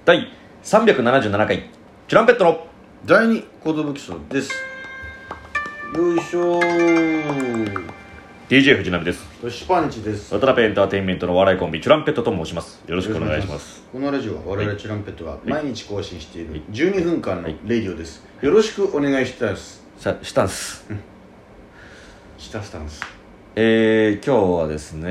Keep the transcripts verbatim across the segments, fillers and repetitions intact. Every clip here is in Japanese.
だいさんびゃくななじゅうななかいチュランペットのだいにコトブ基礎です。よいしょー。 ディージェー 藤波です。 よしパンチです。 渡辺エンターテインメントの笑いコンビチュランペットと申します。よろしくお願いします。 このラジオは我々チュランペットが毎日更新しているじゅうにふんかんのレディオです。よろしくお願いします。 さしたんす、うん、 したスタンス。 えー、今日はですね、 はい、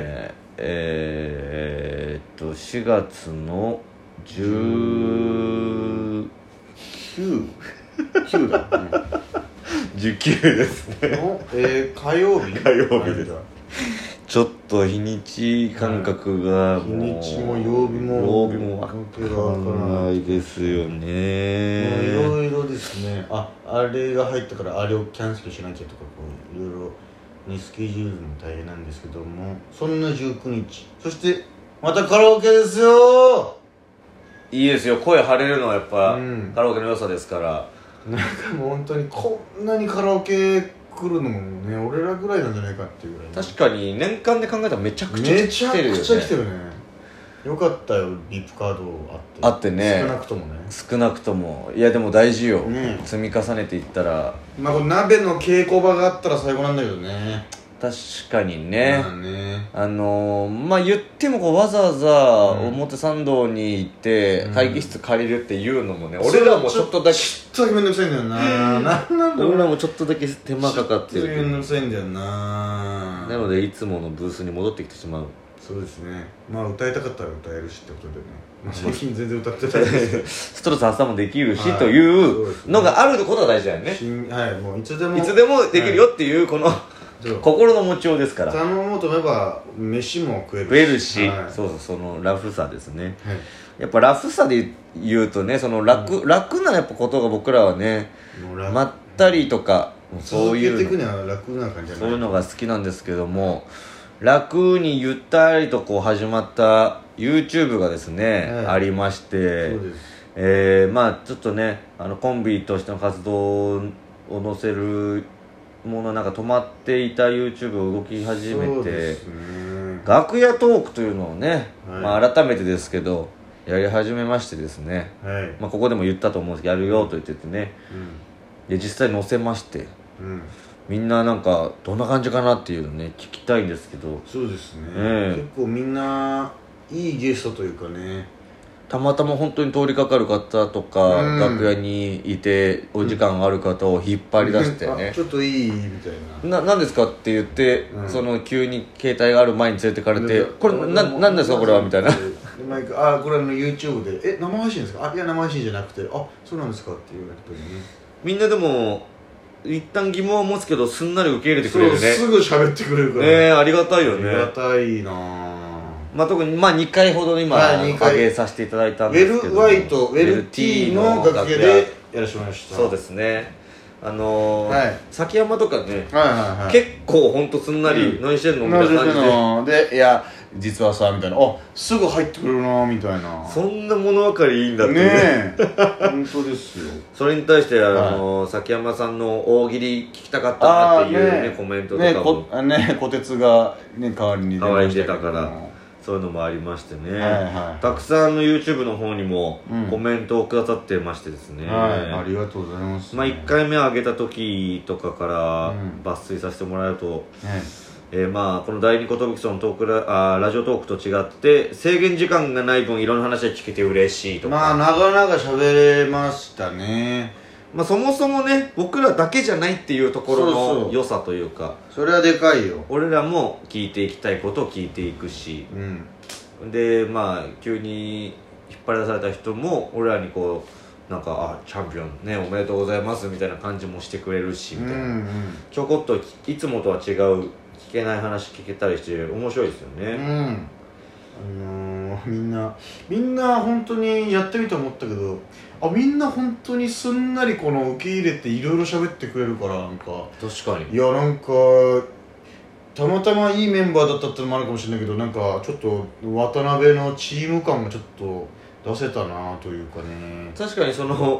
えー、っとしがつのじゅうきゅうきゅうだ、うん、 じゅうきゅうですねの、えー、火曜日火曜日です。ちょっと日にち感覚がもう、 日にちも曜日も曜日も分からないですよね。 いろいろですね。あ、あれが入ったからあれをキャンセルしなきゃとか、こういろいろにスケジュールも大変なんですけども、そんなじゅうくにち、そしてまたカラオケですよ。 いいですよ、声張れるのはやっぱ、うん、カラオケの良さですから。 なんかもう本当にこんなにカラオケ来るのもね、俺らぐらいなんじゃないかっていうぐらい、ね、 確かに年間で考えたらめちゃくちゃ来てるよね。 めちゃくちゃ来てるね。よかったよ、リップカードあってあってね。 少なくともね。 少なくともいやでも大事よ、 ね、 積み重ねていったら。 まあこれ鍋の稽古場があったら最高なんだけどね。 確かにね、 まあね、 あのー、まあ言ってもこうわざわざ表参道に行って会議室借りるっていうのもね、うん、俺らもちょっとだけちょっとだけめんどくさいんだよな。なんなんだろう、 俺らもちょっとだけ手間かかってる。 ちょっとめんどくさいんだよな。 なのでいつものブースに戻ってきてしまう。 そうですね。まあ歌いたかったら歌えるしってことでね、まあ、最近全然歌ってないですけどストレス発散もできるし、はい、というのがあることは大事だよね。 はい、もういつでもいつでもできるよっていう、はい、この心の持ちようですから。 頼もうと思えば飯も食えるし食えるし、 はい、 そうそう、そのラフさですね、はい、やっぱラフさで言うとね、その 楽,、うん、楽なやっぱことが僕らはね、まったりとか、 うん、そういう続けていくには楽な感じじゃない、 そういうのが好きなんですけども、楽にゆったりとこう始まった YouTube がですね、はい、ありまして、そうです、えー、まあちょっとね、あのコンビとしての活動を載せるものなんか止まっていた YouTube を動き始めて、ね、楽屋トークというのをね、はい、まあ、改めてですけどやり始めましてですね、はい、まあ、ここでも言ったと思うんですけど、やるよと言っててね、うん、で実際載せまして、うん、みんななんかどんな感じかなっていうのね聞きたいんですけど。 そうですね、えー、結構みんないいゲストというかね、 たまたま本当に通りかかる方とか、うん、楽屋にいてお時間がある方を引っ張り出してね、 うん、ちょっといいみたいな、な何ですかって言って、うん、その急に携帯がある前に連れてかれて、これな何ですかこれはみたいな、 あ、これの YouTube でえ生配信ですか、あ、いや生配信じゃなくて、あ、そうなんですかっていうやっぱりね、 みんなでも一旦疑問を持つけどすんなり受け入れてくれるね。 すぐ喋ってくれるから、 ね、ありがたいよね。 ありがたいな。 まあ、特にまあにかいほど今上げさせていただいたんですけど、 ウェル Y とウェル T の楽屋でやらせてもらいました。 そうですね、あのーはい、崎山とかね、 はいはいはい、 結構ほんとすんなり、うん、何してんのみたいな感じで、 で、いや実はさみたいな、あ、すぐ入ってくるなみたいな、 そんな物分かりいいんだってね。 ねえ本当ですよ。 それに対してあの、はい、崎山さんの大喜利聞きたかったなっていうね、ねコメントとかもね、ね、小鉄が、ね、代わりに出ましたけど、代わりに出たから、そういうのもありましてね、はいはい、たくさんの YouTube の方にもコメントをくださってましてですね、 うん、はい、ありがとうございます、ね。 まあ、いっかいめ上げた時とかから抜粋させてもらうと、うん、えー、まあこの第二寿基礎のトーク ラ, あラジオトークと違って制限時間がない分いろんな話が聞けて嬉しいとか、 まあ長々喋れましたね。 まあ、そもそもね、僕らだけじゃないっていうところの良さというか、 それはでかいよ。 俺らも聞いていきたいことを聞いていくし、うん、でまあ急に引っ張り出された人も俺らにこうなんか、あ、チャンピオンねおめでとうございますみたいな感じもしてくれるしみたいな、うんうん、ちょこっといつもとは違う聞けない話聞けたりして面白いですよね。 うん、あのー、みんなみんな本当にやってみて思ったけど、あ、みんな本当にすんなりこの受け入れていろいろ喋ってくれるから、なんか確かに、 いやなんかたまたまいいメンバーだったってのもあるかもしれないけど、なんかちょっと渡辺のチーム感もちょっと出せたなというかね。 確かにその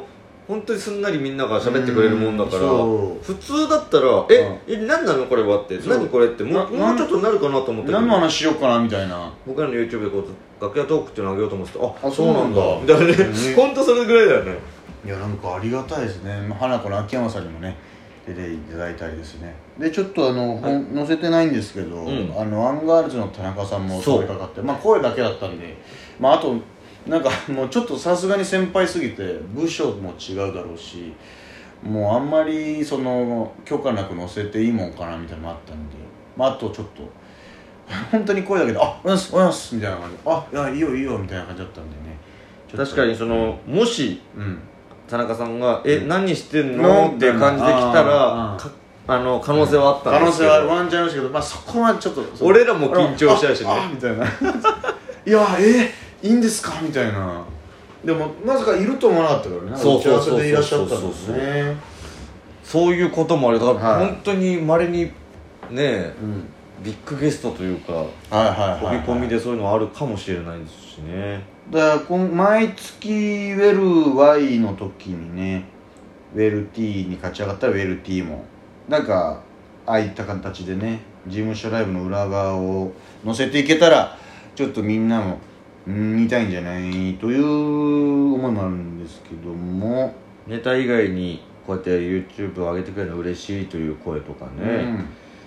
本当にすんなりみんなが喋ってくれるもんだから、 そう普通だったら「え、え何なのこれは」って「何これ」ってもうもうちょっとなるかなと思ったけど、 何の話しようかなみたいな。 僕らの YouTube でこう楽屋トークっていうのをあげようと思ってて、ああそうなんだみたいなね、本当それぐらいだよね。 いやなんかありがたいですね。花子の秋山さんにもね出ていただいたりですね。でちょっとあの、はい、載せてないんですけど、うん、あのアンガールズの田中さんも通りかかって、まあ声だけだったんで、まああとなんかもうちょっとさすがに先輩すぎて部署も違うだろうし、もうあんまりその許可なく載せていいもんかなみたいなのもあったんで、まああとちょっと本当に声だけで「あっおやすおやす」みたいな感じで「あいやいいよいいよ」みたいな感じだったんでね。 確かにその、うん、もし、うん、田中さんが「え、うん、何してんの?」っていう感じで来たらあの可能性はあったんですけど、 可能性はワンチャンありましたけど、まあそこはちょっと俺らも緊張しちゃうしねみたいな「いやえいいんですか?」みたいな。でもまさかいると思わなかったからね。 そうそうそうそう打ち合わせでいらっしゃったんですね。 そういうこともある。だから本当にまれにね、うん、ビッグゲストというか、はいはいはいはい、飛び込みでそういうのあるかもしれないですしね。 だから毎月ウェル Y の時にね、ウェル T に勝ち上がったらウェル T もなんかああいった形でね、事務所ライブの裏側を載せていけたらちょっとみんなも見たいんじゃないという思いもあるんですけども、 ネタ以外にこうやって YouTube を上げてくれるの嬉しいという声とかね、うん、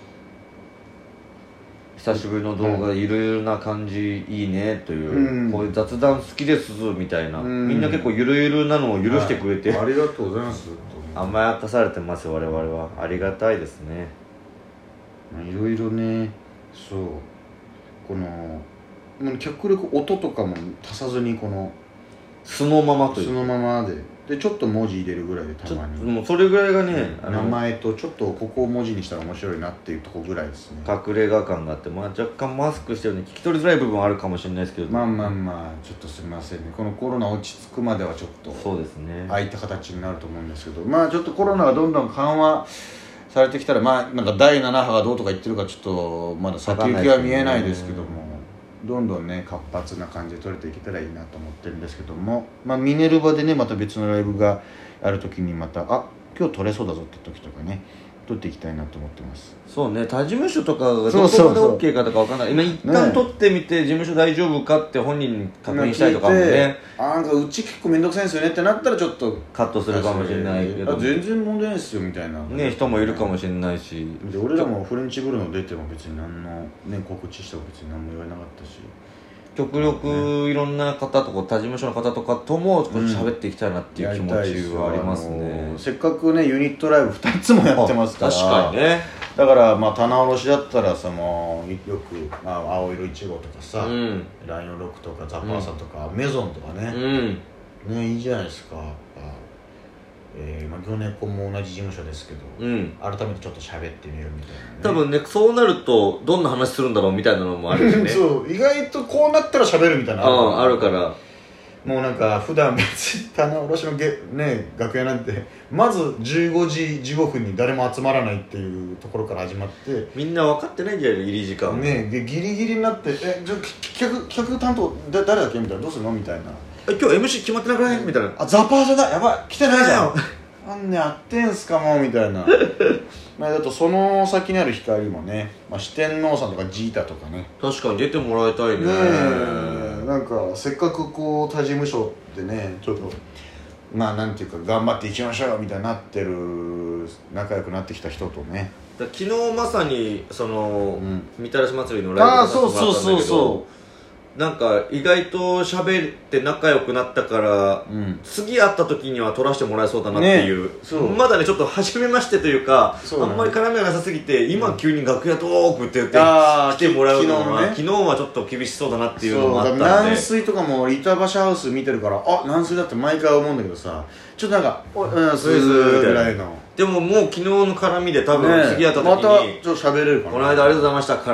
久しぶりの動画いろいろな感じいいねという、うん、こういう雑談好きですみたいな、うん、みんな結構ゆるゆるなのを許してくれて、 はい、ありがとうございます。 甘やかされてます我々は。ありがたいですね。 いろいろね、そうこの極力音とかも足さずにこの素のままという素のままででちょっと文字入れるぐらいでたまにもうそれぐらいがね、 うん、名前とちょっとここを文字にしたら面白いなっていうとこぐらいですね。 隠れ家感があって、まあ、若干マスクしてるので聞き取りづらい部分はあるかもしれないですけど、 まあまあまあちょっとすみませんね。このコロナ落ち着くまではちょっとそうですねああいった形になると思うんですけど、まあちょっとコロナがどんどん緩和されてきたら、まあなんかだいなな波がどうとか言ってるかちょっとまだ先行きは見えないですけども、どんどんね活発な感じで撮れていけたらいいなと思ってるんですけども、まあミネルヴァでねまた別のライブがある時にまたあ今日撮れそうだぞって時とかね撮っていきたいなと思ってます。 そうね、他事務所とかがどこまで OK かとか分かんない。今一旦撮ってみて、ね、事務所大丈夫かって本人に確認したりとかもね、 あなんかうち結構めんどくさいんですよねってなったらちょっとカットするかもしれないけど、 全然問題ないですよみたいなね人もいるかもしれないし、 で俺らもフレンチブルーの出ても別に何の、ね、告知しても別に何も言われなかったし、 極力いろんな方とか他事務所の方とかとも喋っていきたいなっていう気持ちはありますね、 うん、せっかくねユニットライブふたつもやってますから、 確かにね。 だからまあ棚卸しだったらさもうよく、まあ、青色いちごとかさ、うん、ライオンロックとかザパーサとか、うん、メゾンとかね、うん、ねいいじゃないですか。えーまあ、魚猫も同じ事務所ですけど、うん、改めてちょっと喋ってみるみたいな、ね、 多分ねそうなるとどんな話するんだろうみたいなのもあるしねそう意外とこうなったら喋るみたいなのあるからもうなんか普段別に棚卸しのげ、ね、楽屋なんてまずじゅうごじじゅうごふんに誰も集まらないっていうところから始まってみんな分かってないんじゃないの入り時間ねでギリギリになってえじゃ企画企画担当だ誰だっけみたいなどうするのみたいなえ今日 エムシー 決まってなくないみたいなあザパーじゃだやばい来てないじゃんなんでやってんすかもうみたいなまあだとその先にある光もね、まあ、四天王さんとかジータとかね確かに出てもらいたいね。ねえなんかせっかくこう他事務所でねちょっとまあなんていうか頑張っていきましょうよみたいになってる仲良くなってきた人とねだ昨日まさにその、うん、みたらし祭りのライブでさせてもらったんだけど、あそうそうそうそうなんか意外と喋って仲良くなったから、うん、次会った時には撮らせてもらえそうだなっていう、ね、そうまだねちょっと初めましてというかう、ね、あんまり絡みがなさすぎて今急に楽屋トークって言って来てもらうのは、ね、昨日はちょっと厳しそうだなっていうのもあったんで軟水とかも板橋ハウス見てるからあ軟水だって毎回思うんだけどさちょっとなんか「うんスイス」ぐらいのでももう昨日の絡みで多分次会った時に、 ね、またちょっと喋れるかなこの間ありがとうございましたから、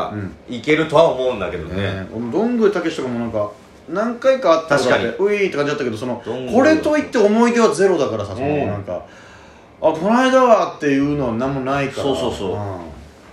うん、いけるとは思うんだけどね、ねどんぐりたけしとかもなんか何回かあったことあってウィーって感じだったけどそのこれといって思い出はゼロだからさそのなんかあこの間はっていうのは何もないからそうそうそう、うん、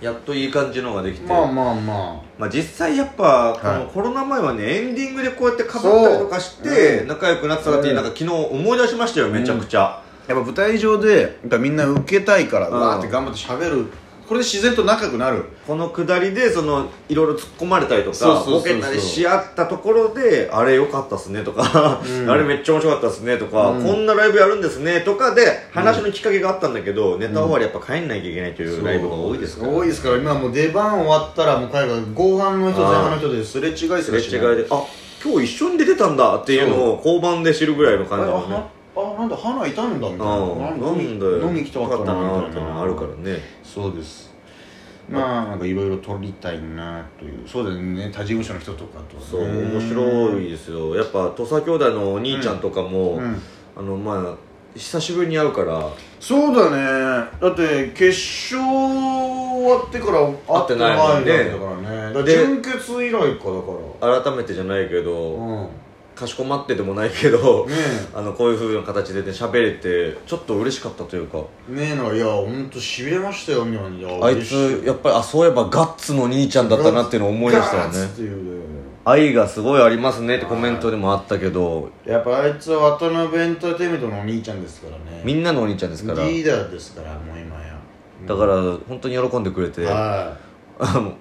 やっといい感じのができて、 まあまあまあまあ実際やっぱこのコロナ前はね、エンディングでこうやってかぶったりとかして仲良くなってたって、なんか昨日思い出しましたよ、めちゃくちゃ。 やっぱ舞台上でやっぱみんな受けたいからわーって頑張って喋る、これで自然と仲良くなる。 このくだりでそのいろいろ突っ込まれたりとかそうそうそうそうボケたりし合ったところで、あれ良かったっすねとか、うん、あれめっちゃ面白かったっすねとか、うん、こんなライブやるんですねとかで話のきっかけがあったんだけど、うん、ネタ終わりやっぱ帰んなきゃいけないというライブが多いですから、ね、 多いですから。今もう出番終わったらもう海外後半の人前半の人ですれ違いすらしない。 すれ違いで、あ、今日一緒に出てたんだっていうのを交番で知るぐらいの感じのね。 あ、なんだ花いたんだみたいな、 なんだよ飲み来たかったなみたいなのあるからね。 そうです。まあなんかいろいろ撮りたいなという。そうだよね、他事務所の人とかと、ね、 そう面白いですよ。やっぱ土佐兄弟のお兄ちゃんとかも、うんうん、あのまあ久しぶりに会うから。 そうだね。だって決勝終わってから会ってないもんね。だからね。だ準決以来かだから。 改めてじゃないけど。うん、かしこまってでもないけど、ね、あのこういう風な形でね喋れてちょっと嬉しかったというかねえな。いやほんとしびれましたよ。みんなあいつやっぱり、あ、そういえばガッツの兄ちゃんだったなっていうのを思い出したよね。愛がすごいありますねってコメントでもあったけど、 やっぱあいつは渡辺エンターテインメントのお兄ちゃんですからね。 みんなのお兄ちゃんですから、 リーダーですからもう今や、 うん、だから本当に喜んでくれて、はい、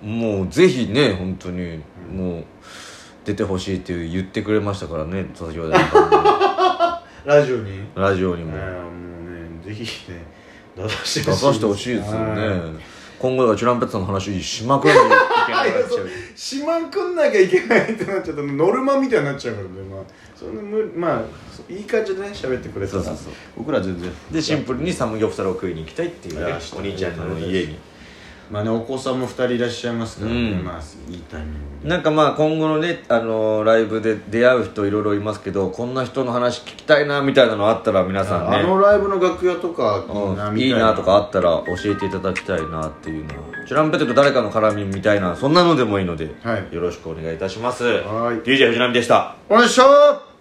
もうぜひね本当に、うん、もう出てほしいって言ってくれましたからね、先ほどラジオにラジオにも、 えー、もうねぜひね出させてほしいですよね。今後だからチュランペットの話しまくらなきゃいけなくなっちゃうしまくんなきゃいけないってなっちゃうとノルマみたいになっちゃうからね。まあそんなむまあいい感じでね喋ってくれたら、そうそうそう、僕ら全然でシンプルにサムギョプサルを食いに行きたいっていうね、お兄ちゃんの家に。 まあね、お子さんもふたりいらっしゃいますからね、うん、まあいいタイミングでなんかまあ今後のね、あのー、ライブで出会う人いろいろいますけど、こんな人の話聞きたいなみたいなのあったら皆さんね、 あのライブの楽屋とかいいなみたいな、 いいなとかあったら教えていただきたいなっていうのは、チュランペットと誰かの絡みみたいなそんなのでもいいので、はい、よろしくお願いいたします。はい、ディージェー 藤波でした。 お願いします。